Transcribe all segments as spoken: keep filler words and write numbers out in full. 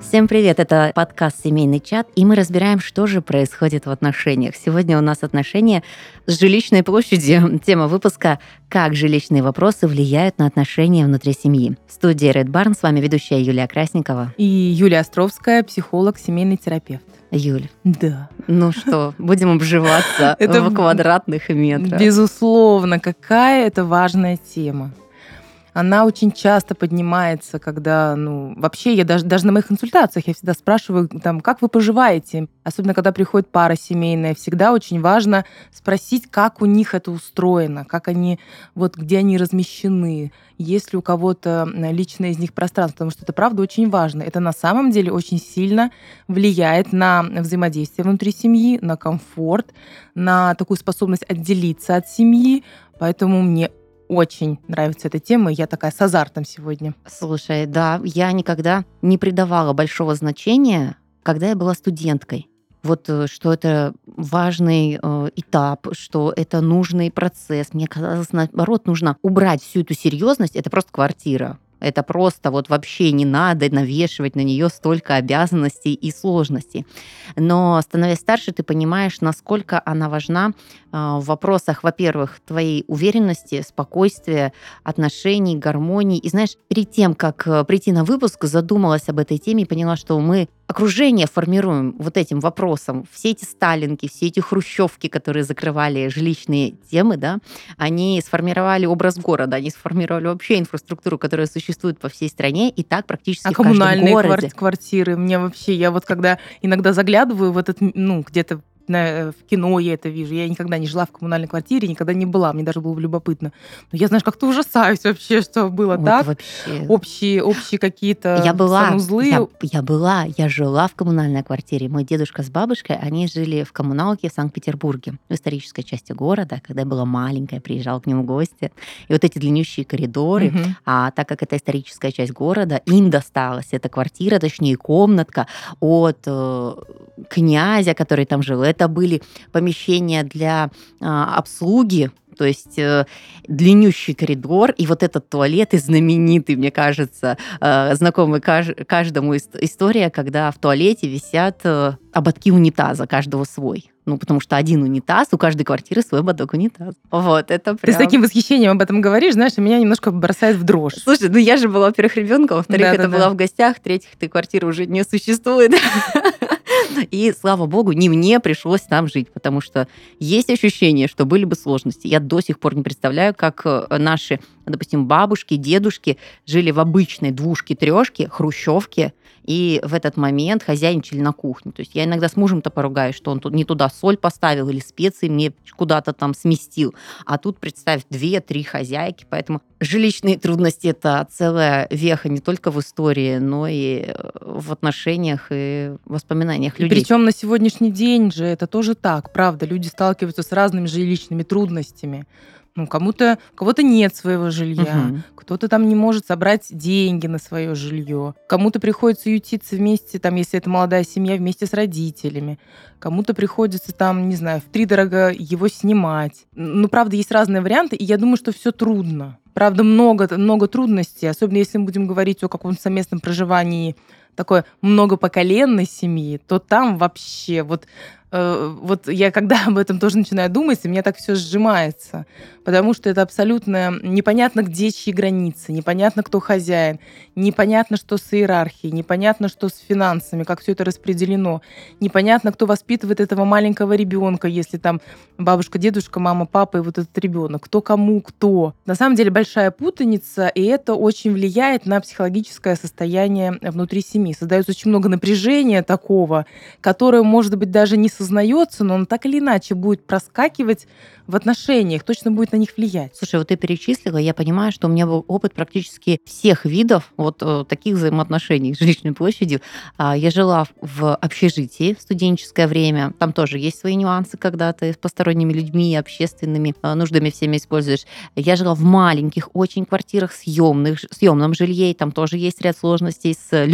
Всем привет, это подкаст «Семейный чат», и мы разбираем, что же происходит в отношениях. Сегодня у нас отношения с жилищной площадью. Тема выпуска «Как жилищные вопросы влияют на отношения внутри семьи». В студии Red Barn с вами ведущая Юлия Красникова. И Юлия Островская, психолог, семейный терапевт. Юль, да. Ну что, будем обживаться в квадратных метрах. Безусловно, какая это важная тема. Она очень часто поднимается, когда, ну, вообще, я даже, даже на моих консультациях я всегда спрашиваю, там, как вы поживаете? Особенно, когда приходит пара семейная, всегда очень важно спросить, как у них это устроено, как они, вот где они размещены, есть ли у кого-то личное из них пространство, потому что это, правда, очень важно. Это на самом деле очень сильно влияет на взаимодействие внутри семьи, на комфорт, на такую способность отделиться от семьи, поэтому мне очень нравится эта тема, и я такая с азартом сегодня. Слушай, да, я никогда не придавала большого значения, когда я была студенткой. Вот что это важный э, этап, что это нужный процесс. Мне казалось, наоборот, нужно убрать всю эту серьезность. Это просто квартира. Это просто вот вообще не надо навешивать на нее столько обязанностей и сложностей. Но, становясь старше, ты понимаешь, насколько она важна в вопросах, во-первых, твоей уверенности, спокойствия, отношений, гармонии. И знаешь, перед тем, как прийти на выпуск, задумалась об этой теме и поняла, что мы окружение формируем вот этим вопросом. Все эти сталинки, все эти хрущевки, которые закрывали жилищные темы, да, они сформировали образ города, они сформировали вообще инфраструктуру, которая существует по всей стране, и так практически а в каждом городе. А коммунальные квартиры, мне вообще, я вот когда иногда заглядываю в этот, ну, где-то в кино я это вижу. Я никогда не жила в коммунальной квартире, никогда не была. Мне даже было любопытно. Но я, знаешь, как-то ужасаюсь вообще, что было вот так. Вообще. Общие, общие какие-то я была, санузлы. Я, я была, я жила в коммунальной квартире. Мой дедушка с бабушкой, они жили в коммуналке в Санкт-Петербурге, в исторической части города. Когда я была маленькая, приезжала к ним в гости. И вот эти длиннющие коридоры, угу. а так как это историческая часть города, им досталась эта квартира, точнее комнатка от э, князя, который там жил. Это были помещения для а, обслуги, то есть э, длиннющий коридор, и вот этот туалет и знаменитый, мне кажется, э, знакомый кажд- каждому история, когда в туалете висят э, ободки унитаза, каждого свой. Ну, потому что один унитаз, у каждой квартиры свой ободок унитаза. Вот, это прям... Ты с таким восхищением об этом говоришь, знаешь, и меня немножко бросает в дрожь. Слушай, ну я же была, во-первых, ребенком, во-вторых, да, это да, была да. в гостях, в-третьих, этой квартиры уже не существует. И, слава богу, не мне пришлось там жить, потому что есть ощущение, что были бы сложности. Я до сих пор не представляю, как наши, допустим, бабушки, дедушки жили в обычной двушке-трешке, хрущевке, и в этот момент хозяйничали на кухне. То есть я иногда с мужем-то поругаюсь, что он тут не туда соль поставил или специи мне куда-то там сместил. А тут, представь, две-три хозяйки. Поэтому жилищные трудности – это целая веха не только в истории, но и в отношениях и воспоминаниях людей. Причем на сегодняшний день же это тоже так, правда. Люди сталкиваются с разными жилищными трудностями. Ну, кому-то, у кого-то нет своего жилья, угу. кто-то там не может собрать деньги на свое жилье, кому-то приходится ютиться вместе, там, если это молодая семья, вместе с родителями, кому-то приходится там, не знаю, втридорого его снимать. Ну, правда, есть разные варианты, и я думаю, что все трудно. Правда, много, много трудностей, особенно если мы будем говорить о каком-то совместном проживании такой многопоколенной семьи, то там вообще вот вот я когда об этом тоже начинаю думать, у меня так все сжимается, потому что это абсолютно непонятно, где чьи границы, непонятно, кто хозяин, непонятно, что с иерархией, непонятно, что с финансами, как все это распределено, непонятно, кто воспитывает этого маленького ребенка, если там бабушка, дедушка, мама, папа и вот этот ребенок, кто кому кто. На самом деле большая путаница, и это очень влияет на психологическое состояние внутри семьи. Создается очень много напряжения такого, которое, может быть, даже не сознается, но он так или иначе будет проскакивать в отношениях, точно будет на них влиять. Слушай, вот ты перечислила, я понимаю, что у меня был опыт практически всех видов вот э, таких взаимоотношений с жилищной площадью. А, я жила в общежитии в студенческое время. Там тоже есть свои нюансы, когда ты с посторонними людьми, общественными э, нуждами всеми используешь. Я жила в маленьких очень квартирах, съемных, съемном жилье, и там тоже есть ряд сложностей с людьми, которые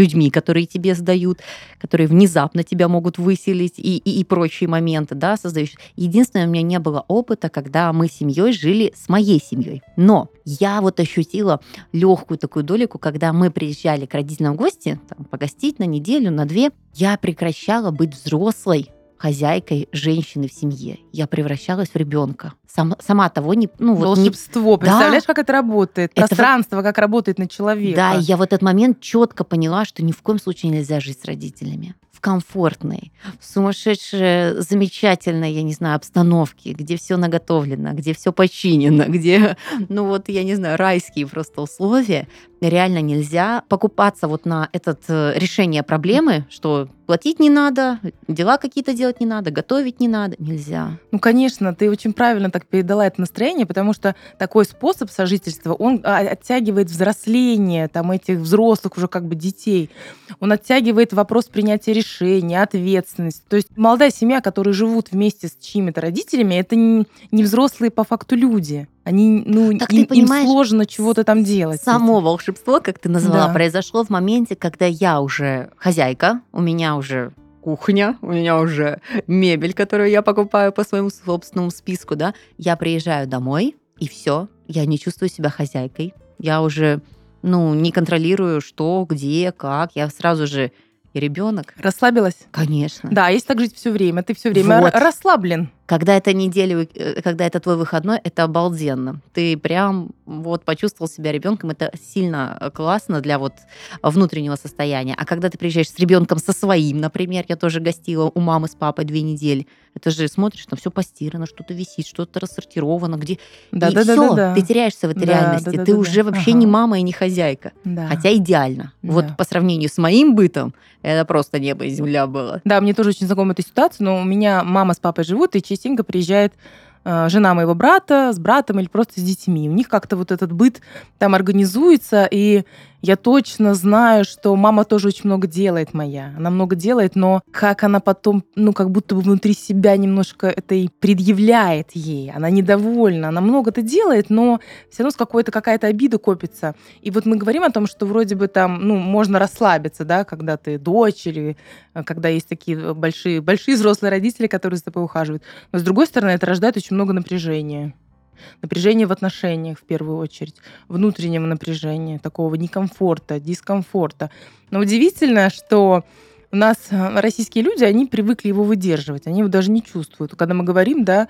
которые тебе сдают, которые внезапно тебя могут выселить и, и, и прочие моменты, да, создаешь. Единственное, у меня не было опыта, когда мы с семьей жили с моей семьей. Но я вот ощутила легкую такую долику, когда мы приезжали к родителям в гости, там, погостить на неделю, на две, я прекращала быть взрослой хозяйкой женщины в семье. Я превращалась в ребенка. Сам, сама того не... Ну, вот волшебство. Не... Представляешь, да. как это работает? Это Пространство, как работает на человека. Да, и я в этот момент четко поняла, что ни в коем случае нельзя жить с родителями. В комфортной, в сумасшедшей, замечательной, я не знаю, обстановке, где все наготовлено, где все починено, где, ну вот, я не знаю, райские просто условия. Реально нельзя покупаться вот на это решение проблемы, что платить не надо, дела какие-то делать не надо, готовить не надо. Нельзя. Ну, конечно, ты очень правильно так передала это настроение, потому что такой способ сожительства, он оттягивает взросление там, этих взрослых уже как бы детей. Он оттягивает вопрос принятия решений, ответственности. То есть молодая семья, которые живут вместе с чьими-то родителями, это не взрослые по факту люди. Они, ну, так им, ты понимаешь, им сложно чего-то там делать. Само волшебство, как ты назвала, да. произошло в моменте, когда я уже хозяйка, у меня уже кухня, у меня уже мебель, которую я покупаю по своему собственному списку, да. Я приезжаю домой, и все, я не чувствую себя хозяйкой. Я уже, ну, не контролирую, что, где, как. Я сразу же и ребенок. Расслабилась? Конечно. Да, если так жить все время, ты все время вот. расслаблен. Когда это неделя, когда это твой выходной, это обалденно. Ты прям вот почувствовал себя ребенком, это сильно классно для вот внутреннего состояния. А когда ты приезжаешь с ребенком со своим, например, я тоже гостила у мамы с папой две недели, это же смотришь, там все постирано, что-то висит, что-то рассортировано, где да, и да, все, да, да, да. ты теряешься в этой да, реальности, да, да, ты да, уже да. вообще ага. не мама и не хозяйка, да. хотя идеально. Да. Вот по сравнению с моим бытом, это просто небо и земля было. Да, мне тоже очень знакома эта ситуация, но у меня мама с папой живут, и частенько приезжает э, жена моего брата с братом или просто с детьми. У них как-то вот этот быт там организуется, и я точно знаю, что мама тоже очень много делает моя. Она много делает, но как она потом, ну, как будто бы внутри себя немножко это и предъявляет ей. Она недовольна, она много-то делает, но все равно с какой-то какая-то обида копится. И вот мы говорим о том, что вроде бы там, ну, можно расслабиться, да, когда ты дочь или когда есть такие большие, большие взрослые родители, которые за тобой ухаживают. Но, с другой стороны, это рождает очень много напряжения. Напряжение в отношениях, в первую очередь, внутреннего напряжения, такого некомфорта, дискомфорта. Но удивительно, что у нас российские люди, они привыкли его выдерживать, они его даже не чувствуют. Когда мы говорим, да,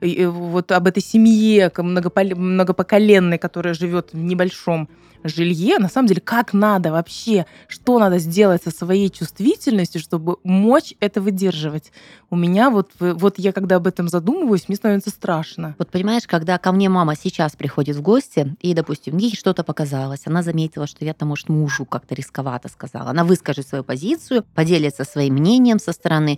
вот об этой семье многопоколенной, которая живет в небольшом жилье, на самом деле, как надо вообще, что надо сделать со своей чувствительностью, чтобы мочь это выдерживать. У меня вот, вот я когда об этом задумываюсь, мне становится страшно. Вот понимаешь, когда ко мне мама сейчас приходит в гости, и, допустим, ей что-то показалось, она заметила, что я-то, может, мужу как-то рисковато сказала, она выскажет свою позицию, поделится своим мнением со стороны,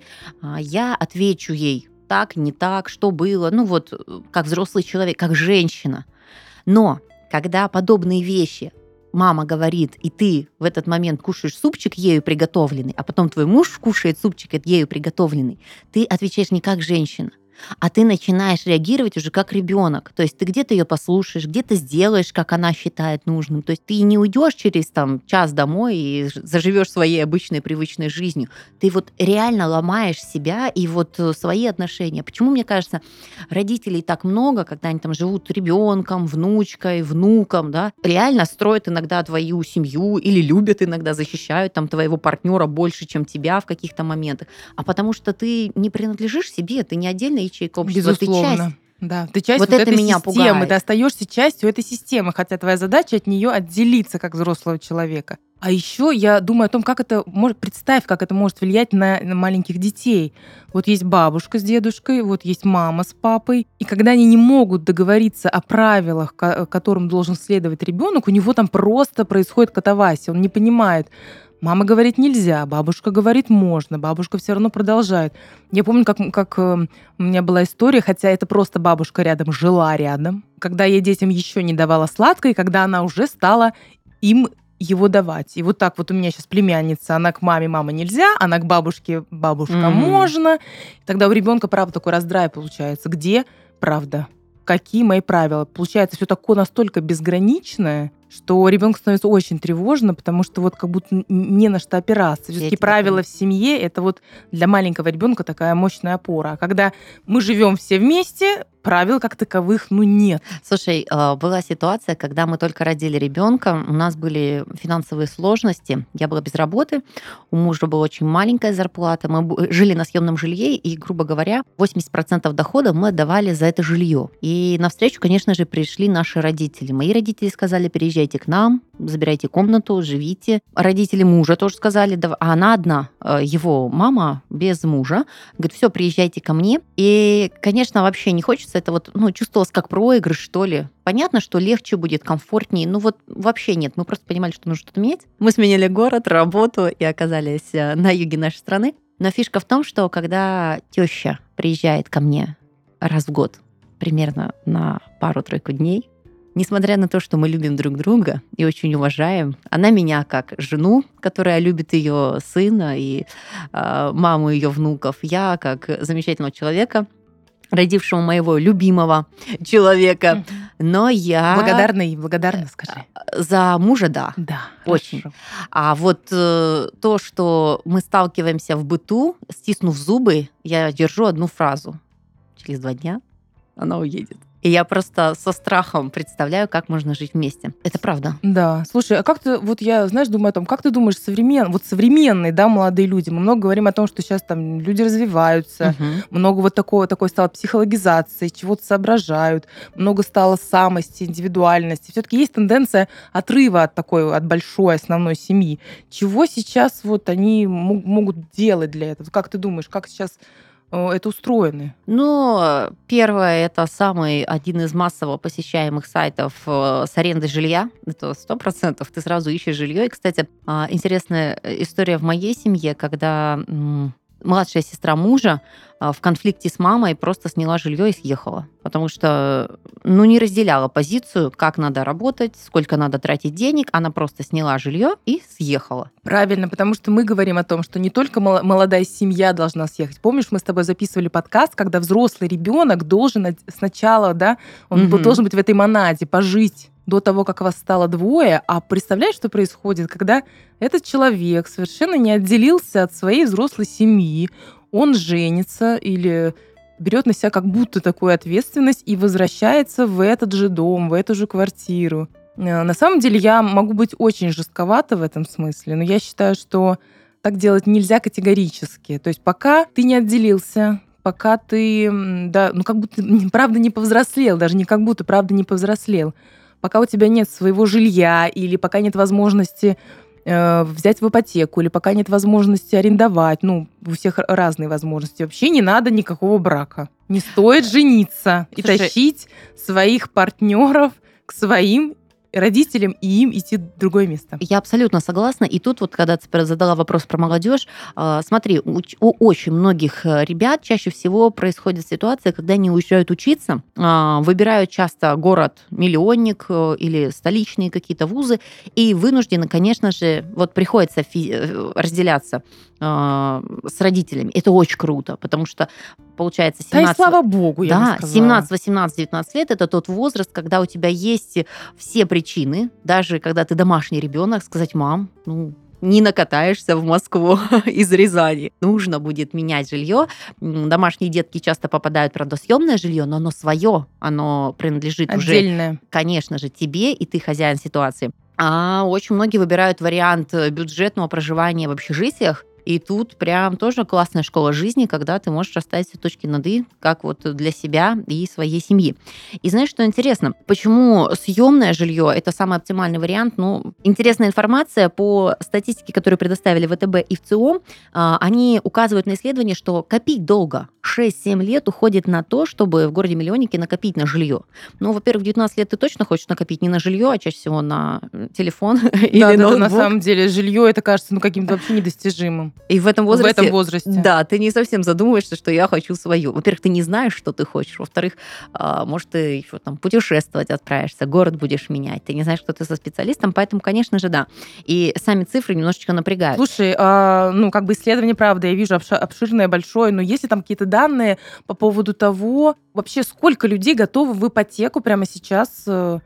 я отвечу ей так, не так, что было, ну вот, как взрослый человек, как женщина. Но когда подобные вещи мама говорит, и ты в этот момент кушаешь супчик ею приготовленный, а потом твой муж кушает супчик ею приготовленный, ты отвечаешь не как женщина, а ты начинаешь реагировать уже как ребенок. То есть ты где-то ее послушаешь, где-то сделаешь, как она считает нужным. То есть ты не уйдешь через там, час домой и заживешь своей обычной привычной жизнью. Ты вот реально ломаешь себя и вот свои отношения. Почему, мне кажется, родителей так много, когда они там живут ребенком, внучкой, внуком, да, реально строят иногда твою семью или любят иногда, защищают там твоего партнера больше, чем тебя в каких-то моментах. А потому что ты не принадлежишь себе, ты не отдельно ячейка общества, Безусловно. ты часть. Да, ты часть вот, вот это этой меня системы, пугает. ты остаешься частью этой системы, хотя твоя задача от нее отделиться как взрослого человека. А еще я думаю о том, как это может, представь, как это может влиять на, на маленьких детей. Вот есть бабушка с дедушкой, вот есть мама с папой, и когда они не могут договориться о правилах, которым должен следовать ребенок, у него там просто происходит катавасия, он не понимает. Мама говорит нельзя, бабушка говорит можно, бабушка все равно продолжает. Я помню, как, как у меня была история, хотя это просто бабушка рядом жила рядом, когда я детям еще не давала сладкое, и когда она уже стала им его давать. И вот так вот у меня сейчас племянница, она к маме, мама нельзя, она к бабушке, бабушка mm-hmm. можно. Тогда у ребенка, правда, такой раздрай получается. Где правда? Какие мои правила? Получается, все такое настолько безграничное, что ребенку становится очень тревожно, потому что вот как будто не на что опираться. Все-таки правила в семье — это вот для маленького ребенка такая мощная опора. А когда мы живем все вместе, правил как таковых, ну, нет. Слушай, была ситуация, когда мы только родили ребенка, у нас были финансовые сложности, я была без работы, у мужа была очень маленькая зарплата, мы жили на съемном жилье, и, грубо говоря, восемьдесят процентов дохода мы отдавали за это жилье. И навстречу, конечно же, пришли наши родители. Мои родители сказали: переезжайте к нам, забирайте комнату, живите. Родители мужа тоже сказали, а она одна, его мама без мужа, говорит: все, приезжайте ко мне. И, конечно, вообще не хочется, это вот, ну, чувствовалось как проигрыш, что ли. Понятно, что легче будет, комфортнее, ну вот вообще нет. Мы просто понимали, что нужно что-то менять. Мы сменили город, работу и оказались на юге нашей страны. Но фишка в том, что когда теща приезжает ко мне раз в год, примерно на пару-тройку дней, несмотря на то, что мы любим друг друга и очень уважаем, она меня как жену, которая любит ее сына и э, маму ее внуков, я как замечательного человека, родившего моего любимого человека, но я... Благодарна и благодарна, скажи. За мужа, да. Да, очень. Хорошо. А вот э, то, что мы сталкиваемся в быту, стиснув зубы, я держу одну фразу. Через два дня она уедет. И я просто со страхом представляю, как можно жить вместе. Это правда. Да. Слушай, а как ты, вот я, знаешь, думаю о том, как ты думаешь, современ, вот современные, да, молодые люди, мы много говорим о том, что сейчас там люди развиваются, Угу. много вот такого, такой стало психологизации, чего-то соображают, много стало самости, индивидуальности. Все-таки есть тенденция отрыва от такой, от большой основной семьи. Чего сейчас вот они м- могут делать для этого? Как ты думаешь, как сейчас это устроено? Ну, первое, это самый один из массово посещаемых сайтов с арендой жилья. Это сто процентов. Ты сразу ищешь жилье. И, кстати, интересная история в моей семье, когда младшая сестра мужа в конфликте с мамой просто сняла жилье и съехала. Потому что, ну, не разделяла позицию, как надо работать, сколько надо тратить денег. Она просто сняла жилье и съехала. Правильно, потому что мы говорим о том, что не только молодая семья должна съехать. Помнишь, мы с тобой записывали подкаст, когда взрослый ребенок должен сначала, да, он угу. должен быть в этой монаде, пожить до того, как вас стало двое. А представляешь, что происходит, когда этот человек совершенно не отделился от своей взрослой семьи, он женится или берет на себя как будто такую ответственность и возвращается в этот же дом, в эту же квартиру. На самом деле я могу быть очень жестковата в этом смысле, но я считаю, что так делать нельзя категорически. То есть пока ты не отделился, пока ты, да, ну как будто, правда, не повзрослел, даже не как будто, правда, не повзрослел, пока у тебя нет своего жилья или пока нет возможности э, взять в ипотеку, или пока нет возможности арендовать, ну, у всех разные возможности, вообще не надо никакого брака. Не стоит жениться и Слушай, тащить своих партнеров к своим родителям и им идти в другое место. Я абсолютно согласна. И тут вот, когда ты задала вопрос про молодежь, смотри, у, у очень многих ребят чаще всего происходит ситуация, когда они уезжают учиться, выбирают часто город-миллионник или столичные какие-то вузы, и вынуждены, конечно же, вот приходится фи- разделяться с родителями. Это очень круто, потому что получается семнадцать... Да и слава богу, я бы Да, сказала. семнадцать, восемнадцать, девятнадцать лет – это тот возраст, когда у тебя есть все причины, даже когда ты домашний ребенок, сказать: мам, ну, не накатаешься в Москву из Рязани. Нужно будет менять жилье. Домашние детки часто попадают, правда, в съемное жилье, но оно свое, оно принадлежит отдельное. Уже, конечно же, тебе, и ты хозяин ситуации. А очень многие выбирают вариант бюджетного проживания в общежитиях. И тут прям тоже классная школа жизни, когда ты можешь расставить все точки над «и», как вот для себя и своей семьи. И знаешь, что интересно? Почему съемное жилье – это самый оптимальный вариант? Ну, интересная информация по статистике, которую предоставили ВТБ и ВЦИОМ. Они указывают на исследование, что копить долго, шесть-семь лет уходит на то, чтобы в городе-миллионнике накопить на жилье. Ну, во-первых, в девятнадцать лет ты точно хочешь накопить не на жилье, а чаще всего на телефон или да, ноутбук. Да, на самом деле жилье это кажется ну, каким-то вообще недостижимым. И в этом возрасте, в этом возрасте. Да, ты не совсем задумываешься, что я хочу свою. Во-первых, ты не знаешь, что ты хочешь. Во-вторых, может, ты еще там путешествовать отправишься, город будешь менять. Ты не знаешь, что ты со специалистом, поэтому, конечно же, да. И сами цифры немножечко напрягают. Слушай, а, ну, как бы исследование, правда, я вижу обширное, большое, но есть ли там какие-то данные по поводу того, вообще сколько людей готовы в ипотеку прямо сейчас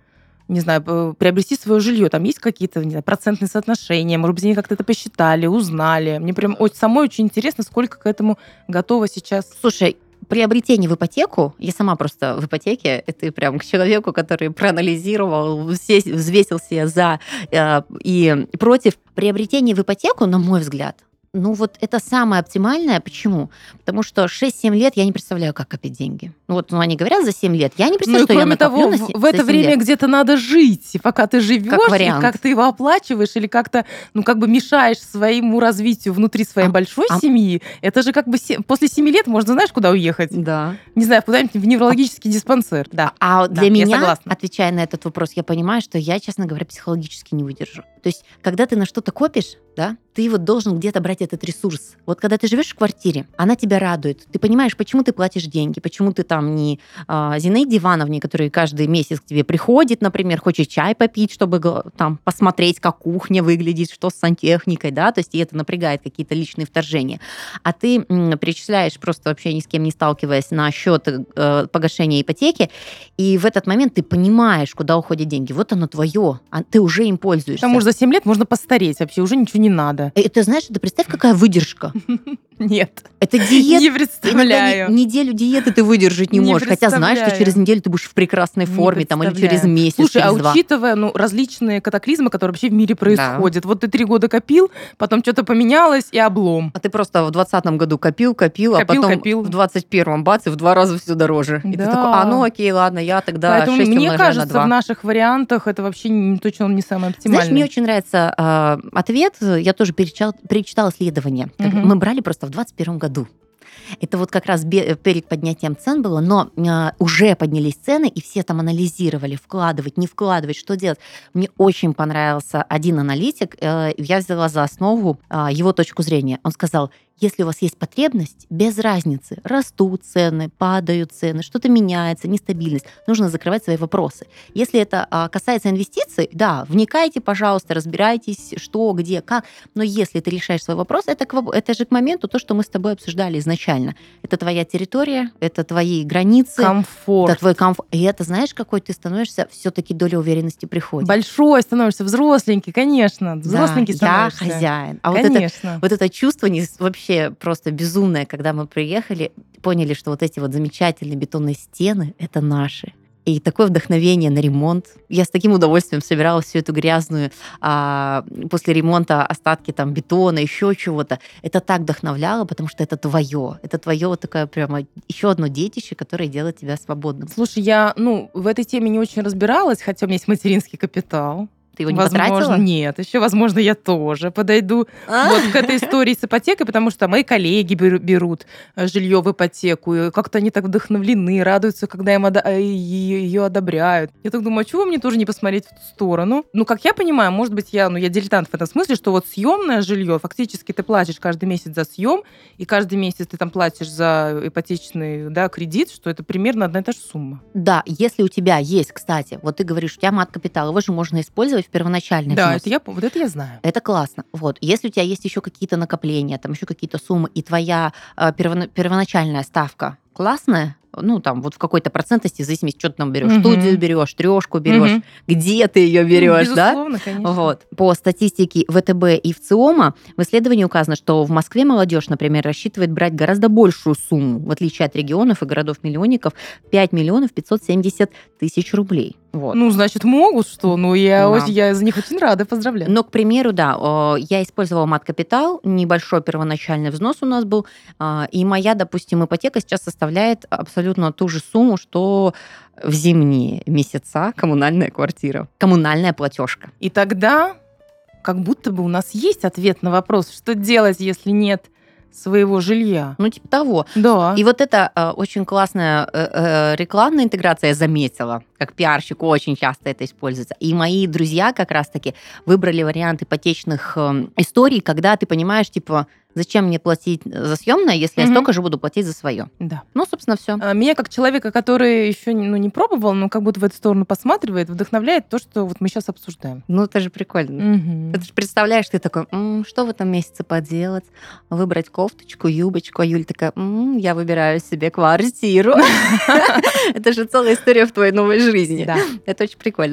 не знаю, приобрести свое жилье, там есть какие-то, не знаю, процентные соотношения, может быть, они как-то это посчитали, узнали. Мне прям самой очень интересно, сколько к этому готово сейчас. Слушай, приобретение в ипотеку, я сама просто в ипотеке, это прям к человеку, который проанализировал, взвесил себя за э, и против. Приобретение в ипотеку, на мой взгляд, ну вот это самое оптимальное. Почему? Потому что шесть-семь лет я не представляю, как копить деньги. Ну вот ну, они говорят за семь лет. Я не представляю, ну, что кроме я накоплю того, на в, в это время лет. где-то надо жить. И пока ты живешь, как и как ты его оплачиваешь, или как-то, ну, как бы мешаешь своему развитию внутри своей а, большой а... семьи, это же как бы се... после семи лет можно, знаешь, куда уехать? Да. Не знаю, куда-нибудь в неврологический а... диспансер. Да. А да, для меня, отвечая на этот вопрос, я понимаю, что я, честно говоря, психологически не выдержу. То есть, когда ты на что-то копишь, да, ты вот должен где-то брать этот ресурс. Вот когда ты живешь в квартире, она тебя радует. Ты понимаешь, почему ты платишь деньги, почему ты там не а, Зинаиде Ивановне, которая каждый месяц к тебе приходит, например, хочет чай попить, чтобы там посмотреть, как кухня выглядит, что с сантехникой, да, то есть и это напрягает какие-то личные вторжения. А ты м, перечисляешь, просто вообще ни с кем не сталкиваясь, на счет э, погашения ипотеки, и в этот момент ты понимаешь, куда уходят деньги. Вот оно твое, а ты уже им пользуешься. Потому что за семь лет можно постареть, вообще уже ничего не надо. Это, знаешь, это представь, какая выдержка. Нет. Это диета. Не представляю. Не, неделю диеты ты выдержать не, не можешь. Хотя знаешь, что через неделю ты будешь в прекрасной форме, там, или через месяц, Слушай, через а два. учитывая ну, различные катаклизмы, которые вообще в мире происходят. Да. Вот ты три года копил, потом что-то поменялось, и облом. А ты просто в двадцатом году копил, копил, копил а потом копил. в двадцать первом бац, и в два раза все дороже. Да. И ты такой, а ну окей, ладно, я тогда Поэтому шесть мне умножаю кажется, на два. В наших вариантах это вообще не, точно он не самый оптимальный. Знаешь, мне очень нравится э, ответ. Я тоже перечитала, перечитала исследование. Угу. Мы брали просто в двадцать первом году. Это вот как раз перед поднятием цен было, но э, уже поднялись цены, и все там анализировали, вкладывать, не вкладывать, что делать. Мне очень понравился один аналитик, э, я взяла за основу э, его точку зрения. Он сказал, если у вас есть потребность, без разницы, растут цены, падают цены, что-то меняется, нестабильность, нужно закрывать свои вопросы. Если это а, касается инвестиций, да, вникайте, пожалуйста, разбирайтесь, что, где, как, но если ты решаешь свой вопрос, это, к, это же к моменту то, что мы с тобой обсуждали изначально. Это твоя территория, это твои границы. Комфорт. Это твой комфорт. И это, знаешь, какой ты становишься, все-таки доля уверенности приходит. Большой становишься, взросленький, конечно, взросленький да, становишься. Я хозяин. А конечно. вот это, вот это чувство не, вообще просто безумное, когда мы приехали, поняли, что вот эти вот замечательные бетонные стены — это наши. И такое вдохновение на ремонт. Я с таким удовольствием собирала всю эту грязную а, после ремонта остатки там бетона, еще чего-то. Это так вдохновляло, потому что это твое. Это твое вот такое прямо еще одно детище, которое делает тебя свободным. Слушай, я ну, в этой теме не очень разбиралась, хотя у меня есть материнский капитал. Ты его не возможно, потратила? Нет, еще, возможно, я тоже подойду вот к этой истории с ипотекой, потому что мои коллеги берут жилье в ипотеку, и как-то они так вдохновлены, радуются, когда им ода- ее одобряют. Я так думаю, а чего мне тоже не посмотреть в ту сторону? Ну, как я понимаю, может быть, я, ну, я дилетант в этом смысле, что вот съемное жилье, фактически ты платишь каждый месяц за съем, и каждый месяц ты там платишь за ипотечный, да, кредит, что это примерно одна и та же сумма. Да, если у тебя есть, кстати, вот ты говоришь, у тебя мат-капитал, его же можно использовать в первоначальный да, взнос. Это я, вот это я знаю. Это классно. Вот. Если у тебя есть еще какие-то накопления, там еще какие-то суммы, и твоя э, перво- первоначальная ставка классная, ну, там, вот в какой-то процентности, в зависимости, что ты там берешь, угу. студию берешь, трешку берешь, угу. где ты ее берешь, ну, да? Безусловно, конечно. Вот. По статистике ВТБ и ВЦИОМа в исследовании указано, что в Москве молодежь, например, рассчитывает брать гораздо большую сумму, в отличие от регионов и городов-миллионников, пять миллионов пятьсот семьдесят тысяч рублей. Вот. Ну, значит, могут, что? Ну, я, да. очень, я за них очень рада, поздравляю. Но, к примеру, да, я использовала мат-капитал, небольшой первоначальный взнос у нас был, и моя, допустим, ипотека сейчас составляет абсолютно ту же сумму, что в зимние месяца коммунальная квартира, коммунальная платежка. И тогда как будто бы у нас есть ответ на вопрос, что делать, если нет своего жилья. Ну, типа того. Да. И вот это э, очень классная э, э, рекламная интеграция, я заметила, как пиарщик очень часто это используется. И мои друзья как раз-таки выбрали вариант ипотечных э, историй, когда ты понимаешь, типа, зачем мне платить за съемное, если угу. я столько же буду платить за свое. Да. Ну, собственно, все. Меня, как человека, который еще ну, не пробовал, но как будто в эту сторону посматривает, вдохновляет то, что вот мы сейчас обсуждаем. Ну, это же прикольно. Угу. Ты же представляешь, ты такой, м-м, что в этом месяце поделать? Выбрать кофточку, юбочку. А Юля такая, м-м, я выбираю себе квартиру. Это же целая история в твоей новой жизни. Это очень прикольно.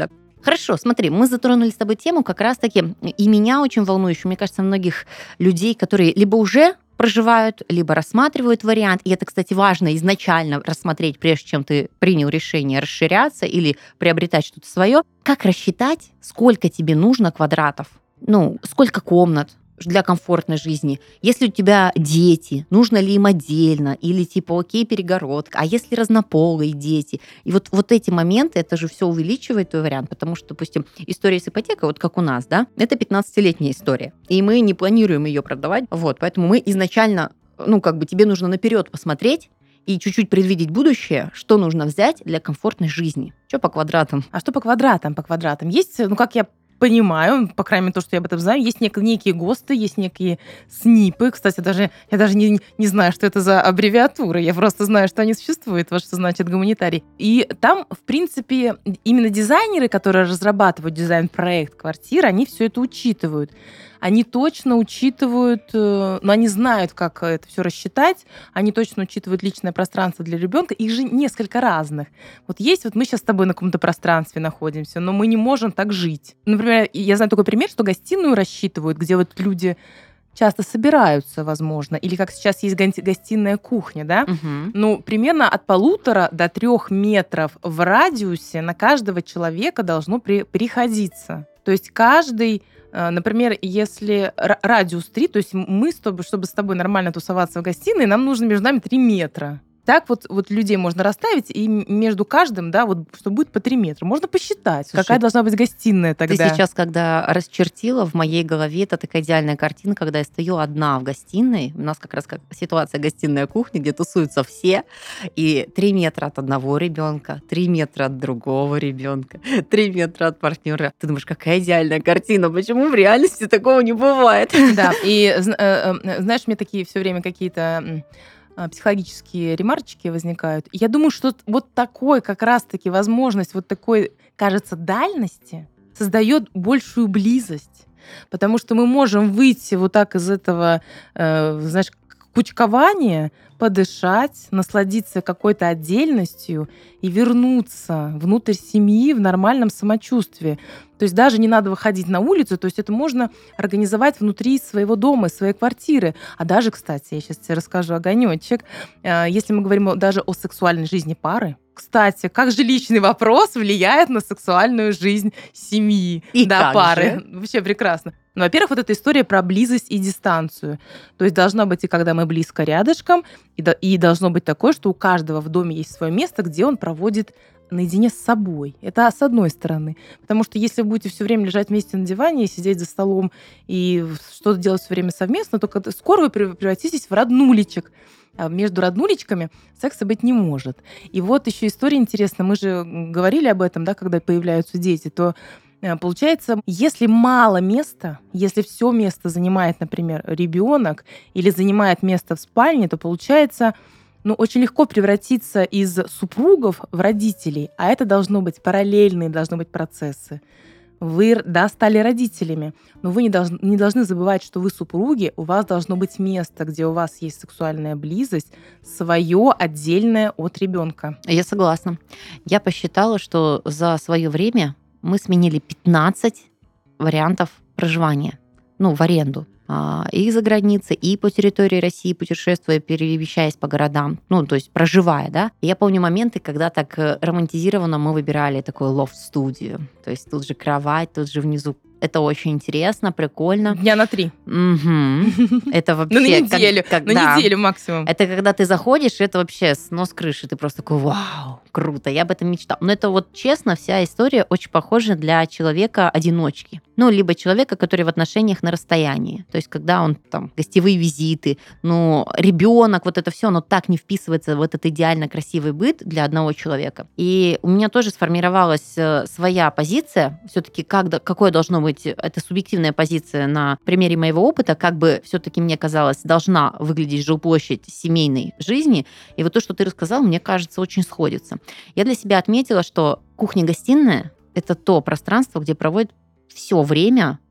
Хорошо, смотри, мы затронули с тобой тему как раз-таки, и меня очень волнующую, мне кажется, многих людей, которые либо уже проживают, либо рассматривают вариант. И это, кстати, важно изначально рассмотреть, прежде чем ты принял решение расширяться или приобретать что-то свое. Как рассчитать, сколько тебе нужно квадратов? Ну, сколько комнат для комфортной жизни? Если у тебя дети, нужно ли им отдельно? Или типа, окей, перегородка. А если разнополые дети? И вот, вот эти моменты, это же все увеличивает твой вариант, потому что, допустим, история с ипотекой, вот как у нас, да, это пятнадцатилетняя история. И мы не планируем ее продавать. Вот, поэтому мы изначально, ну, как бы тебе нужно наперед посмотреть и чуть-чуть предвидеть будущее, что нужно взять для комфортной жизни. Что по квадратам? А что по квадратам? По квадратам есть, ну, как я понимаю, по крайней мере, то, что я об этом знаю, есть нек- некие ГОСТы, есть некие СНИПы. Кстати, даже я даже не, не знаю, что это за аббревиатура. Я просто знаю, что они существуют, вот что значит гуманитарий. И там, в принципе, именно дизайнеры, которые разрабатывают дизайн-проект квартиры, они все это учитывают. Они точно учитывают, э, ну, они знают, как это все рассчитать, они точно учитывают личное пространство для ребенка. Их же несколько разных. Вот есть, вот мы сейчас с тобой на каком-то пространстве находимся, но мы не можем так жить. Например, я знаю такой пример, что гостиную рассчитывают, где вот люди часто собираются, возможно, или как сейчас есть га- гостиная кухня, да? Мгм. Ну, примерно от полутора до трех метров в радиусе на каждого человека должно при- приходиться. То есть каждый, э, например, если ра- радиус три, то есть мы, чтобы, чтобы с тобой нормально тусоваться в гостиной, нам нужно между нами три метра. Так вот, вот людей можно расставить, и м- между каждым, да, вот, что будет по три метра. Можно посчитать, Слушай, какая должна быть гостиная ты тогда. сейчас, когда расчертила, в моей голове это такая идеальная картина, когда я стою одна в гостиной. У нас как раз как ситуация гостиная кухня, где тусуются все. И три метра от одного ребенка, три метра от другого ребенка, три метра от партнера. Ты думаешь, какая идеальная картина? Почему в реальности такого не бывает? Да, и зн- э, э, знаешь, у меня такие все время какие-то м, а, психологические ремарочки возникают. И я думаю, что т- вот такой как раз-таки возможность вот такой, кажется, дальности создает большую близость. Потому что мы можем выйти вот так из этого, э, знаешь, к- кучкования, подышать, насладиться какой-то отдельностью и вернуться внутрь семьи в нормальном самочувствии. То есть даже не надо выходить на улицу, то есть это можно организовать внутри своего дома, своей квартиры. А даже, кстати, я сейчас тебе расскажу огонечек, э, если мы говорим о- даже о сексуальной жизни пары, кстати, как же личный вопрос влияет на сексуальную жизнь семьи, И да, как пары? же? Вообще прекрасно. Ну, во-первых, вот эта история про близость и дистанцию. То есть должна быть и когда мы близко рядышком, и, до- и должно быть такое, что у каждого в доме есть свое место, где он проводит наедине с собой. Это с одной стороны. Потому что если вы будете все время лежать вместе на диване и сидеть за столом и что-то делать все время совместно, то как- скоро вы прев- превратитесь в роднулечек. А между роднулечками секса быть не может. И вот еще история интересная. Мы же м, говорили об этом, да, когда появляются дети, то э, получается, если мало места, если все место занимает, например, ребенок или занимает место в спальне, то получается, ну, очень легко превратиться из супругов в родителей, а это должно быть параллельные, должны быть процессы. Вы, да, стали родителями, но вы не должны, не должны забывать, что вы супруги, у вас должно быть место, где у вас есть сексуальная близость, свое отдельное от ребенка. Я согласна. Я посчитала, что за свое время мы сменили пятнадцать вариантов проживания, ну, в аренду. А, И за границей, и по территории России, путешествуя, перемещаясь по городам, ну, то есть проживая, да. И я помню моменты, когда так э, романтизированно мы выбирали такую лофт-студию. То есть тут же кровать, тут же внизу. Это очень интересно, прикольно. Дня на три. Мгм. Это Ну, на вообще... как- неделю. как- На да. неделю максимум. Это когда ты заходишь, это вообще снос крыши. Ты просто такой, вау, круто, я об этом мечтал. Но это вот честно, вся история очень похожа для человека-одиночки. Ну, либо человека, который в отношениях на расстоянии. То есть, когда он там, гостевые визиты, ну, ребенок, вот это все, оно так не вписывается в этот идеально красивый быт для одного человека. И у меня тоже сформировалась э, своя позиция, все-таки как, до- какое должно быть, это субъективная позиция на примере моего опыта, как бы все-таки мне казалось, должна выглядеть жилплощадь семейной жизни. И вот то, что ты рассказал, мне кажется, очень сходится. Я для себя отметила, что кухня-гостиная — это то пространство, где проводят все время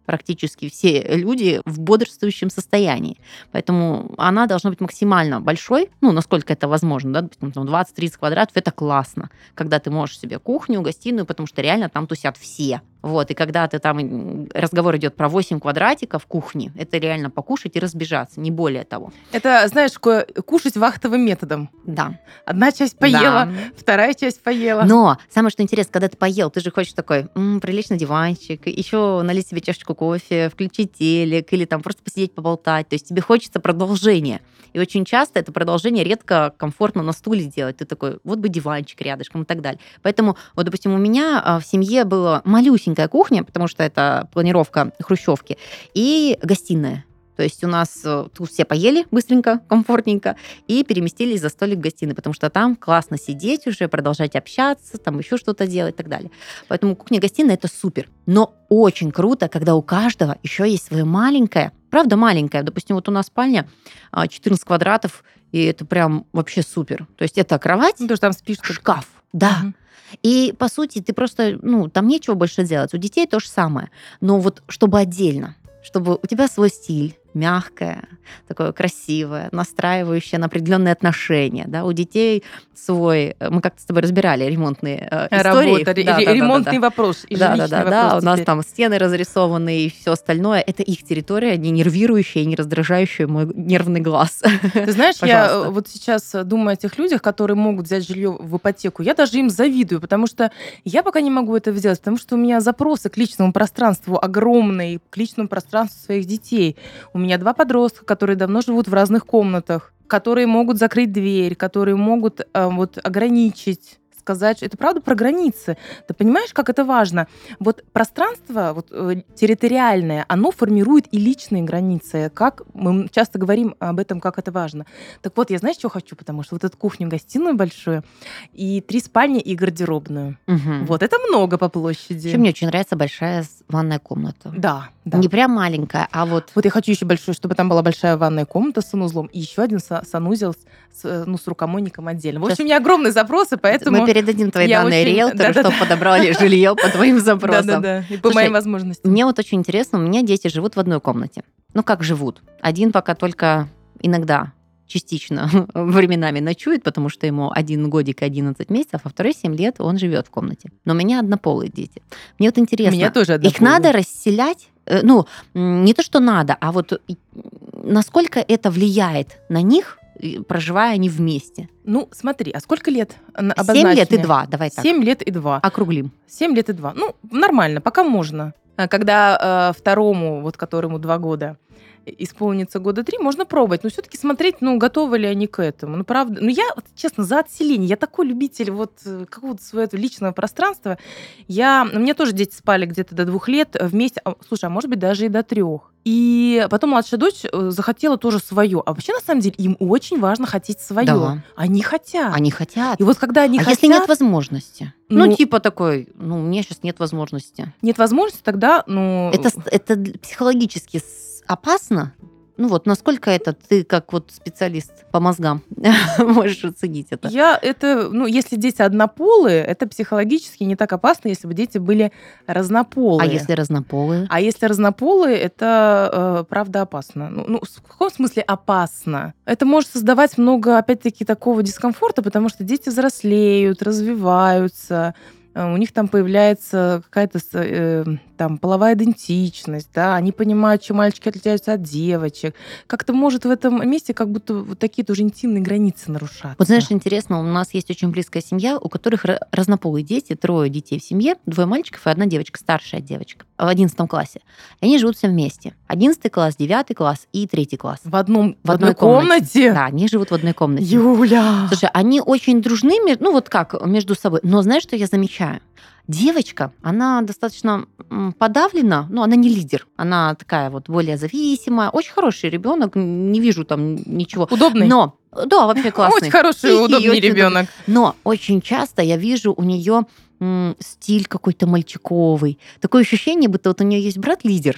практически все люди в бодрствующем состоянии. Поэтому она должна быть максимально большой, ну, насколько это возможно, да, допустим, там двадцать-тридцать квадратов, это классно, когда ты можешь себе кухню, гостиную, потому что реально там тусят все. Вот, и когда ты там, разговор идет про восемь квадратиков кухни, это реально покушать и разбежаться, не более того. Это, знаешь, такое кушать вахтовым методом. Да. Одна часть поела, Да. вторая часть поела. Но самое, что интересно, когда ты поел, ты же хочешь такой, м, приличный диванчик, еще налить себе чашечку кофе, включить телек или там просто посидеть, поболтать. То есть тебе хочется продолжения. И очень часто это продолжение редко комфортно на стуле делать. Ты такой, вот бы диванчик рядышком и так далее. Поэтому, вот, допустим, у меня а, в семье была малюсенькая кухня, потому что это планировка хрущевки, и гостиная. То есть у нас э, тут все поели быстренько, комфортненько, и переместились за столик в гостиной, потому что там классно сидеть уже, продолжать общаться, там еще что-то делать и так далее. Поэтому кухня-гостиная – это супер. Но очень круто, когда у каждого еще есть свое маленькое, правда маленькое. Допустим, вот у нас спальня а, четырнадцать квадратов, и это прям вообще супер. То есть это кровать, Ну, ты же там спишь. шкаф, да. Мгм. И, по сути, ты просто, ну, там нечего больше делать. У детей то же самое. Но вот чтобы отдельно, чтобы у тебя свой стиль, мягкое, такое красивое, настраивающее на определенные отношения. Да? У детей свой... Мы как-то с тобой разбирали ремонтные э, истории. Работа, ре- Да, ре- да, да, ремонтный да, вопрос и да, да, жилищный да, да. вопрос У нас теперь. там стены разрисованы и все остальное. Это их территория, не нервирующая и не раздражающая мой нервный глаз. Ты знаешь, я Пожалуйста. э, вот сейчас думаю о тех людях, которые могут взять жилье в ипотеку. Я даже им завидую, потому что я пока не могу это сделать, потому что у меня запросы к личному пространству огромные, к личному пространству своих детей. У меня два подростка, которые давно живут в разных комнатах, которые могут закрыть дверь, которые могут э, вот ограничить, сказать, это правда про границы. Ты понимаешь, как это важно? Вот пространство вот, э, территориальное, оно формирует и личные границы. Как мы часто говорим об этом, как это важно. Так вот, я знаешь, что хочу? Потому что вот эту кухню-гостиную большую и три спальни и гардеробную. Мгм. Вот это много по площади. Еще мне очень нравится большая с- ванная комната. Да, да. Не прям маленькая, а вот... Вот я хочу еще большую, чтобы там была большая ванная комната с санузлом и еще один са- санузел с, э, ну, с рукомойником отдельно. В общем, Сейчас у меня огромные запросы, поэтому... мы передадим твои я данные очень- риэлтору, да-да-да. чтобы подобрали жилье по твоим запросам. Да-да-да, и по Слушай, моим возможностям. Мне вот очень интересно, у меня дети живут в одной комнате. Ну, как живут? Один пока только иногда частично временами ночует, потому что ему один годик и одиннадцать месяцев, а второй семь лет он живет в комнате. Но у меня однополые дети. Мне вот У интересно, меня тоже их однополые. надо расселять? Э, Ну, м, не то, что надо, а вот и- насколько это влияет на них, и проживая они вместе? Ну, смотри, а сколько лет? Н- Семь обозначь лет и мне. два, давай так, Семь лет и два. округлим. Семь лет и два. Ну, нормально, пока можно. А Когда э, второму, вот которому два года, исполнится года три, можно пробовать. Но все-таки смотреть, ну, готовы ли они к этому. Ну, правда. Ну, я, вот, честно, за отселение. Я такой любитель вот э, какого-то своего личного пространства. Я... У меня тоже дети спали где-то до двух лет вместе. А, Слушай, а может быть, даже и до трех. И потом младшая дочь э, захотела тоже свое. А вообще, на самом деле, им очень важно хотеть свое. Да. Они хотят. Они хотят. И вот когда они А хотят, если нет возможности? Ну, Ну, типа такой, ну, у меня сейчас нет возможности. нет возможности, тогда, ну... Это, с- это д- психологически с- опасно? Ну вот, насколько это ты, как вот специалист по мозгам, можешь оценить это? Я это, ну, если дети однополые, это психологически не так опасно, если бы дети были разнополые. А если разнополые? А если разнополые, это э, правда опасно. Ну, ну, в каком смысле опасно? Это может создавать много, опять-таки, такого дискомфорта, потому что дети взрослеют, развиваются, э, у них там появляется какая-то с- э, там половая идентичность, да, они понимают, чем мальчики отличаются от девочек. Как-то может в этом месте как будто вот такие тоже интимные границы нарушаться. Вот знаешь, интересно, у нас есть очень близкая семья, у которых ра- разнополые дети, трое детей в семье, двое мальчиков и одна девочка, старшая девочка, в одиннадцатом классе. И они живут все вместе. Одиннадцатый класс, девятый класс и третий класс. В одном В одной одной комнате? Да, они живут в одной комнате. Юля! Слушай, они очень дружны, ме- ну вот как, между собой. Но знаешь, что я замечаю? Девочка, она достаточно м, подавлена, но она не лидер. Она такая вот более зависимая. Очень хороший ребенок, не вижу там ничего. Удобный? Но, да, вообще классный. Очень хороший, Тихий, удобный очень ребенок. Но очень часто я вижу у нее стиль какой-то мальчиковый. Такое ощущение, будто вот у нее есть брат-лидер.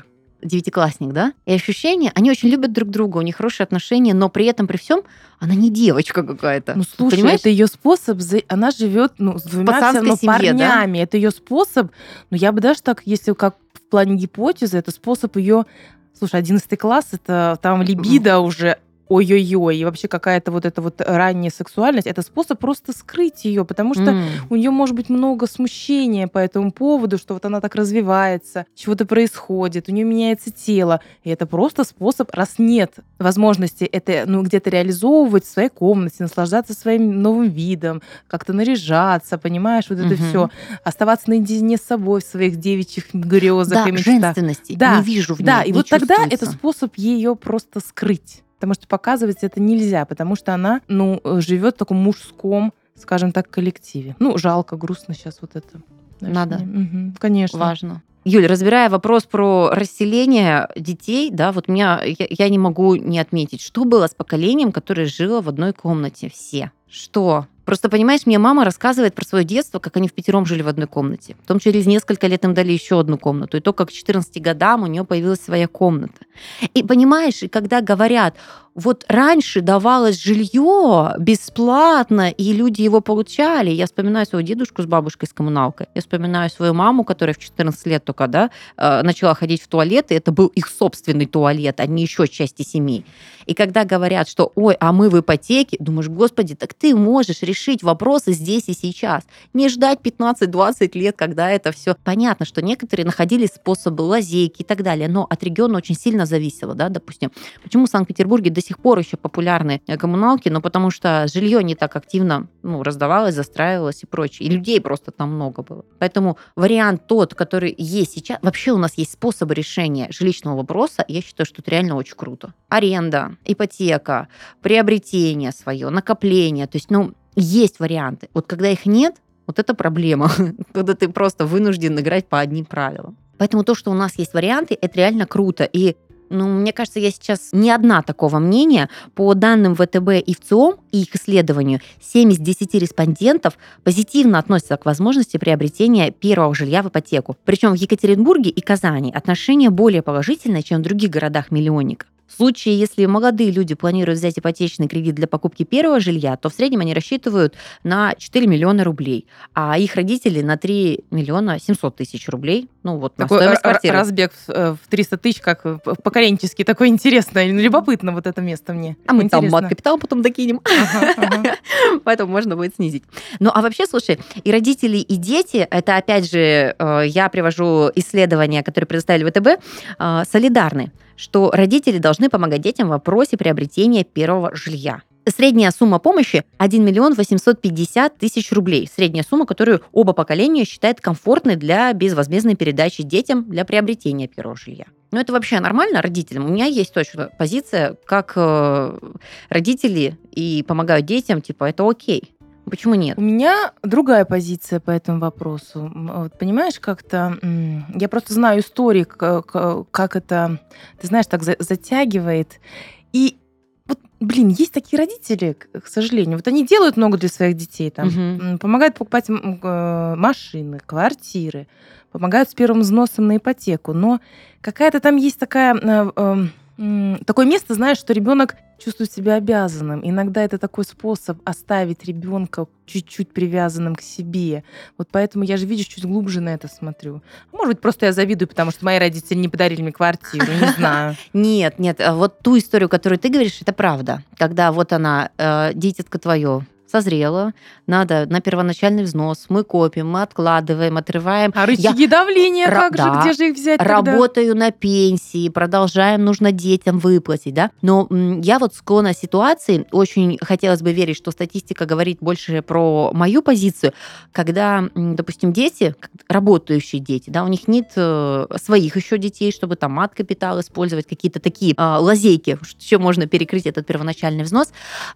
девятиклассник, да, и ощущение, они очень любят друг друга, у них хорошие отношения, но при этом, при всем, она не девочка какая-то. Ну, слушай, Понимаешь? это ее способ, за- она живет ну, с двумя всё пацанской равно семье, да? парнями. Это ее способ, ну, я бы даже так, если как в плане гипотезы, это способ ее. Слушай, одиннадцатый класс, это там либидо уже ой-ой-ой, и вообще какая-то вот эта вот ранняя сексуальность, это способ просто скрыть ее, потому что М. у нее может быть много смущения по этому поводу, что вот она так развивается, чего-то происходит, у нее меняется тело, и это просто способ, раз нет возможности это ну, где-то реализовывать в своей комнате, наслаждаться своим новым видом, как-то наряжаться, понимаешь, вот это Мгм. все, оставаться наедине с собой в своих девичьих грезах Да, и мечтах. женственности Да, не вижу в ней, Да, и не вот тогда это чувствуется. способ ее просто скрыть. Потому что показывать это нельзя, потому что она, ну, живет в таком мужском, скажем так, коллективе. Ну, жалко, грустно сейчас вот это. Знаешь, Надо. мне. Мгм, конечно. Важно. Юль, разбирая вопрос про расселение детей, да, вот меня, я, я не могу не отметить, что было с поколением, которое жило в одной комнате все. Что? Просто, понимаешь, мне мама рассказывает про свое детство, как они в пятером жили в одной комнате. Потом через несколько лет им дали еще одну комнату. И то, как к четырнадцати годам у нее появилась своя комната. И понимаешь, и когда говорят, вот раньше давалось жилье бесплатно, и люди его получали. Я вспоминаю своего дедушку с бабушкой с коммуналкой. Я вспоминаю свою маму, которая в четырнадцать лет только да, э, начала ходить в туалет, и это был их собственный туалет, а не еще части семьи. И когда говорят, что ой, а мы в ипотеке, думаешь, господи, так ты можешь решить вопросы здесь и сейчас. Не ждать пятнадцать-двадцать лет, когда это все. Понятно, что некоторые находили способы, лазейки и так далее, но от региона очень сильно зависело, да, допустим. Почему в Санкт-Петербурге до сих пор еще популярны коммуналки? Ну, потому что жилье не так активно ну, раздавалось, застраивалось и прочее. И людей просто там много было. Поэтому вариант тот, который есть сейчас... Вообще у нас есть способы решения жилищного вопроса. Я считаю, что это реально очень круто. Аренда, ипотека, приобретение свое, накопление. То есть, ну, есть варианты. Вот когда их нет, вот это проблема. Когда ты просто вынужден играть по одним правилам. Поэтому то, что у нас есть варианты, это реально круто. И ну, мне кажется, я сейчас не одна такого мнения. По данным вэ тэ бэ и вэ цэ о эм и их исследованию, семь из десяти респондентов позитивно относятся к возможности приобретения первого жилья в ипотеку. Причем в Екатеринбурге и Казани отношение более положительное, чем в других городах-миллионниках. В случае, если молодые люди планируют взять ипотечный кредит для покупки первого жилья, то в среднем они рассчитывают на четыре миллиона рублей, а их родители на три миллиона семьсот тысяч рублей. Ну вот, на Такой стоимость р- квартиры. разбег в э, в триста тысяч, как э, поколенческий, такой интересно, любопытно вот это место мне. А мы там Интересно. мат-капитал потом докинем. Ага, ага. Поэтому можно будет снизить. Ну, а вообще, слушай, и родители, и дети, это, опять же, э, я привожу исследования, которые предоставили вэ тэ бэ, э, солидарны, что родители должны помогать детям в вопросе приобретения первого жилья. Средняя сумма помощи один миллион восемьсот пятьдесят тысяч рублей. Средняя сумма, которую оба поколения считают комфортной для безвозмездной передачи детям для приобретения первого жилья. Ну, это вообще нормально родителям. У меня есть точно позиция, как э, родители и помогают детям, типа, это окей. Почему нет? У меня другая позиция по этому вопросу. М, вот понимаешь, как-то м, я просто знаю истории, к- к- как это, ты знаешь, так за- затягивает. И вот, блин, есть такие родители, к к сожалению, вот они делают много для своих детей, там, Мгм. м, помогают покупать м, э, машины, квартиры, помогают с первым взносом на ипотеку, но какая-то там есть такая э, эм, м, такое место, знаешь, что ребенок чувствует себя обязанным. Иногда это такой способ оставить ребенка чуть-чуть привязанным к себе. Вот поэтому я же, видишь, чуть глубже на это смотрю. А может быть, просто я завидую, потому что мои родители не подарили мне квартиру, не знаю. Нет, нет, а вот ту историю, которую ты говоришь, это правда. Когда вот она, э, дитятка твое, созрела, надо на первоначальный взнос, мы копим, мы откладываем, отрываем. А Я рычаги давления, ра- как же, да, где же их взять тогда? работаю на пенсии, продолжаем, нужно детям выплатить, да. Но м, я вот склонна ситуации, очень хотелось бы верить, что статистика говорит больше про мою позицию, когда, м, допустим, дети, как- работающие дети, да, у них нет э, своих еще детей, чтобы там мат-капитал использовать, какие-то такие а, лазейки, чем можно перекрыть этот первоначальный взнос,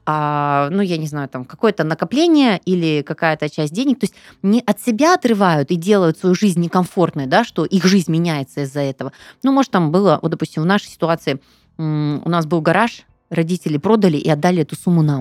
а, ну, я не знаю, там, какое-то накопление или какая-то часть денег, то есть не от себя отрывают и делают свою жизнь некомфортной, да, что их жизнь меняется из-за этого. Ну, может, там было, вот, допустим, в нашей ситуации м, у нас был гараж, родители продали и отдали эту сумму нам.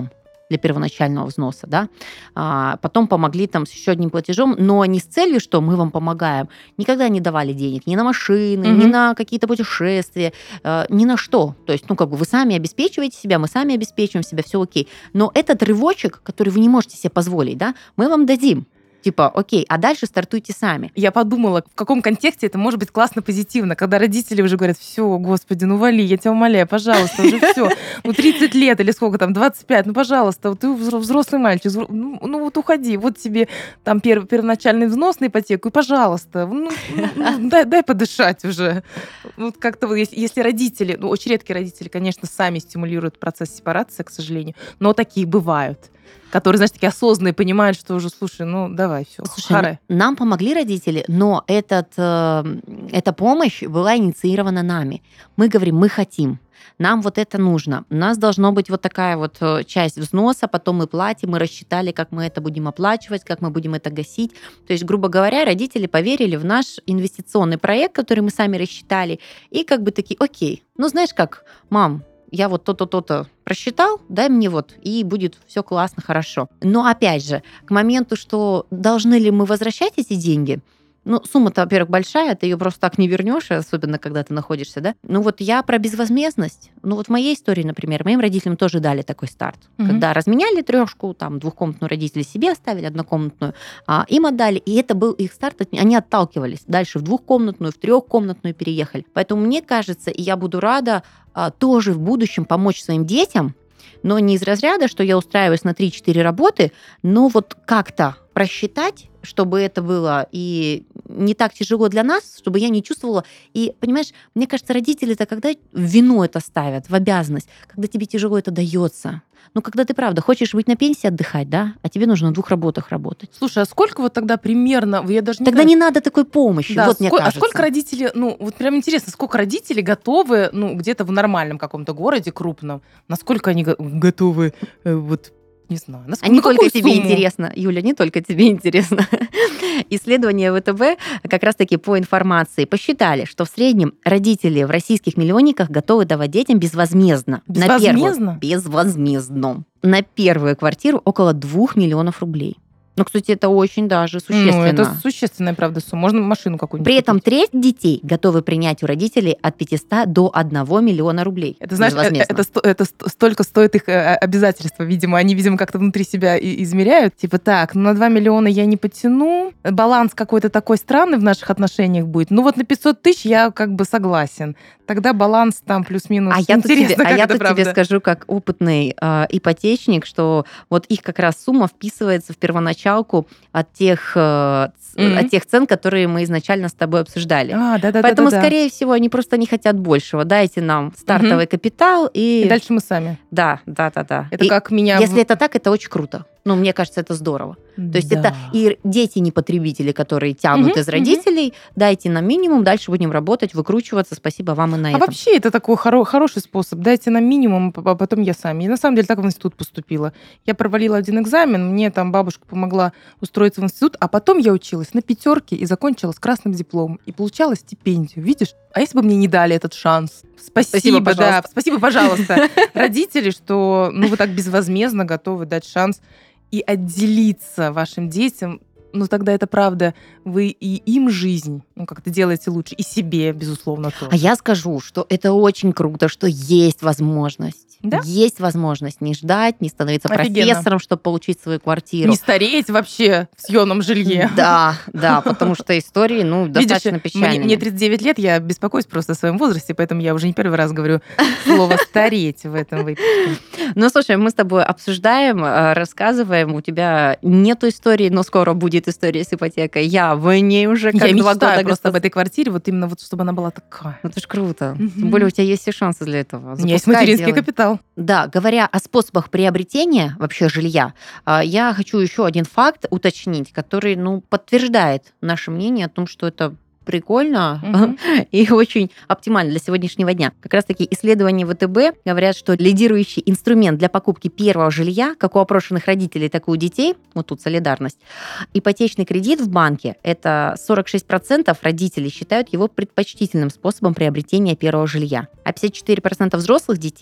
для первоначального взноса, да, а, потом помогли там с еще одним платежом, но не с целью, что мы вам помогаем. Никогда не давали денег ни на машины, Мгм. ни на какие-то путешествия, э, ни на что. То есть, ну, как бы вы сами обеспечиваете себя, мы сами обеспечиваем себя, все окей. Но этот рывочек, который вы не можете себе позволить, да, мы вам дадим. Типа, окей, а дальше стартуйте сами. Я подумала, в каком контексте это может быть классно позитивно, когда родители уже говорят: все, господи, ну вали, я тебя умоляю, пожалуйста, уже все, ну тридцать лет или сколько там, двадцать пять, ну пожалуйста, вот ты взро- взрослый мальчик, взро- ну, ну вот уходи, вот тебе там перв- первоначальный взнос на ипотеку, и пожалуйста, ну, ну, ну, дай, дай подышать уже. Вот как-то вот, если, если родители, ну очень редкие родители, конечно, сами стимулируют процесс сепарации, к сожалению, но такие бывают, которые, знаешь, такие осознанные, понимают, что уже, слушай, ну давай, все, Слушай, харе. н- нам помогли родители, но этот, э, эта помощь была инициирована нами. Мы говорим, мы хотим, нам вот это нужно. У нас должно быть вот такая вот э, часть взноса, потом мы платим, мы рассчитали, как мы это будем оплачивать, как мы будем это гасить. То есть, грубо говоря, родители поверили в наш инвестиционный проект, который мы сами рассчитали, и как бы такие, окей, ну знаешь как, мам, я вот то-то, то-то просчитал, дай мне вот, и будет все классно, хорошо. Но опять же, к моменту, что должны ли мы возвращать эти деньги, ну, сумма-то, во-первых, большая, ты ее просто так не вернешь, особенно когда ты находишься, да. Ну, вот я про безвозмездность. Ну, вот в моей истории, например, моим родителям тоже дали такой старт. Мгм. Когда разменяли трешку, там, двухкомнатную родители себе оставили, однокомнатную, а им отдали, и это был их старт, они отталкивались. Дальше в двухкомнатную, в трехкомнатную переехали. Поэтому мне кажется, и я буду рада а, тоже в будущем помочь своим детям, но не из разряда, что я устраиваюсь на три-четыре работы, но вот как-то просчитать, чтобы это было и не так тяжело для нас, чтобы я не чувствовала. И, понимаешь, мне кажется, родители-то когда в вину это ставят, в обязанность, когда тебе тяжело это дается. Ну, когда ты, правда, хочешь быть на пенсии отдыхать, да, а тебе нужно на двух работах работать. Слушай, а сколько вот тогда примерно, я даже не Тогда знаю, не надо такой помощи, да, вот мне ско- а кажется. сколько родители, ну, вот прям интересно, сколько родителей готовы, ну, где-то в нормальном каком-то городе крупном, насколько они го- готовы, э, вот, не знаю, на, ск- А не на только какую тебе сумму? интересно, Юля, не только тебе интересно. Исследования ВТБ как раз-таки по информации посчитали, что в среднем родители в российских миллионниках готовы давать детям безвозмездно. На первую- Безвозмездно? безвозмездно. На первую квартиру около двух миллионов рублей. Ну, кстати, это очень даже существенно. Ну, это существенная, правда, сумма. Можно машину какую-нибудь При этом купить. треть детей готовы принять у родителей от пятисот до одного миллиона рублей. Это, знаешь, э- э- безвозмездно. это, сто- это ст- столько стоит их э, обязательства, видимо. Они, видимо, как-то внутри себя и- измеряют. Типа, так, ну на два миллиона я не потяну. Баланс какой-то такой странный в наших отношениях будет. Ну вот на пятьсот тысяч я как бы согласен. Тогда баланс там плюс-минус. А я тут, тебе, Интересно, а как я это тут тебе правда. скажу, как опытный э, ипотечник, что вот их как раз сумма вписывается в первоначалку от тех, э, ц- Мгм. от тех цен, которые мы изначально с тобой обсуждали. А, да-да-да. Поэтому, да-да. скорее всего, они просто не хотят большего. Дайте нам стартовый капитал и... И дальше мы сами. Да, да, да, да. Это И как меня... в- если это так, это очень круто. Ну, мне кажется, это здорово. То есть Да. это и дети не потребители, которые тянут Мгм, из родителей. Дайте нам минимум, дальше будем работать, выкручиваться. Спасибо вам и на А этом. вообще это такой хоро- хороший способ. Дайте нам минимум, а потом я сами. И на самом деле так в институт поступила. Я провалила один экзамен, мне там бабушка помогла устроиться в институт, а потом я училась на пятерке и закончила с красным дипломом. И получала стипендию, видишь? А если бы мне не дали этот шанс? Спасибо, Спасибо, да, пожалуйста. спасибо, пожалуйста. Родители, что ну вы так безвозмездно готовы дать шанс и отделиться вашим детям. Ну, тогда это правда, вы и им жизнь, ну, как-то делаете лучше, и себе, безусловно, тоже. А я скажу, что это очень круто, что есть возможность. Да? Есть возможность не ждать, не становиться Офигенно. профессором, чтобы получить свою квартиру. Не стареть вообще в съемном жилье. Да, да, потому что истории, ну, Видишь, достаточно мне, печальные. мне тридцать девять лет, я беспокоюсь просто о своем возрасте, поэтому я уже не первый раз говорю слово «стареть» в этом выпуске. Ну, слушай, мы с тобой обсуждаем, э, рассказываем, у тебя нету истории, но скоро будет история с ипотекой. Я в ней уже как Я два мечтаю года. просто об господ- этой квартире, вот именно вот, чтобы она была такая. Ну, это ж круто. Мгм. Тем более у тебя есть все шансы для этого. У меня есть Запускай, материнский делай. капитал. Да, говоря о способах приобретения вообще жилья, а, я хочу еще один факт уточнить, который, ну, подтверждает наше мнение о том, что это прикольно Мгм. и очень оптимально для сегодняшнего дня. Как раз-таки исследования ВТБ говорят, что лидирующий инструмент для покупки первого жилья, как у опрошенных родителей, так и у детей, вот тут солидарность, ипотечный кредит в банке, это сорок шесть процентов родителей считают его предпочтительным способом приобретения первого жилья, а пятьдесят четыре процента взрослых детей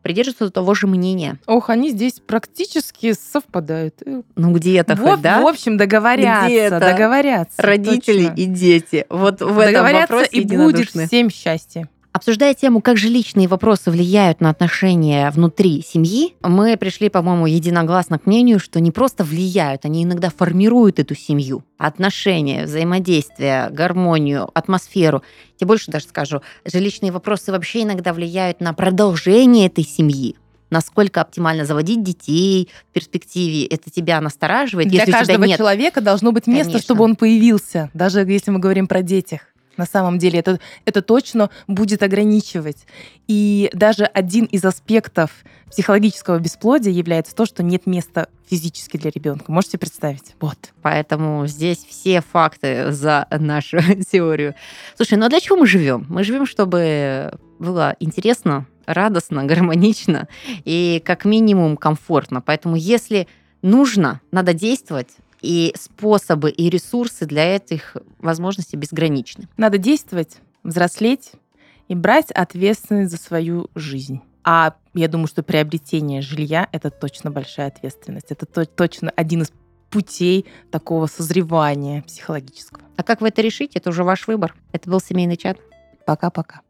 придерживаются того же мнения. Ох, они здесь практически совпадают. Ну, где-то в, хоть, да? В общем, договорятся, Где-то. договорятся. Родители точно. и дети. Вот в этом Договорятся, вопросе и будет всем счастье. Обсуждая тему, как же личные вопросы влияют на отношения внутри семьи, мы пришли, по-моему, единогласно к мнению, что не просто влияют, они иногда формируют эту семью. Отношения, взаимодействие, гармонию, атмосферу. Тем больше даже скажу, жилищные вопросы вообще иногда влияют на продолжение этой семьи. Насколько оптимально заводить детей в перспективе, это тебя настораживает. Для если каждого у тебя нет... человека должно быть место, Конечно. чтобы он появился, даже если мы говорим про детях. На самом деле это, это точно будет ограничивать. И даже один из аспектов психологического бесплодия является то, что нет места физически для ребенка. Можете представить? Вот. Поэтому здесь все факты за нашу теорию. Слушай, ну а для чего мы живем? Мы живем, чтобы было интересно, радостно, гармонично и как минимум комфортно. Поэтому если нужно, надо действовать. И способы и ресурсы для этих возможностей безграничны. Надо действовать, взрослеть и брать ответственность за свою жизнь. А я думаю, что приобретение жилья — это точно большая ответственность. Это то- точно один из путей такого созревания психологического. А как вы это решите, это уже ваш выбор. Это был семейный чат. Пока-пока.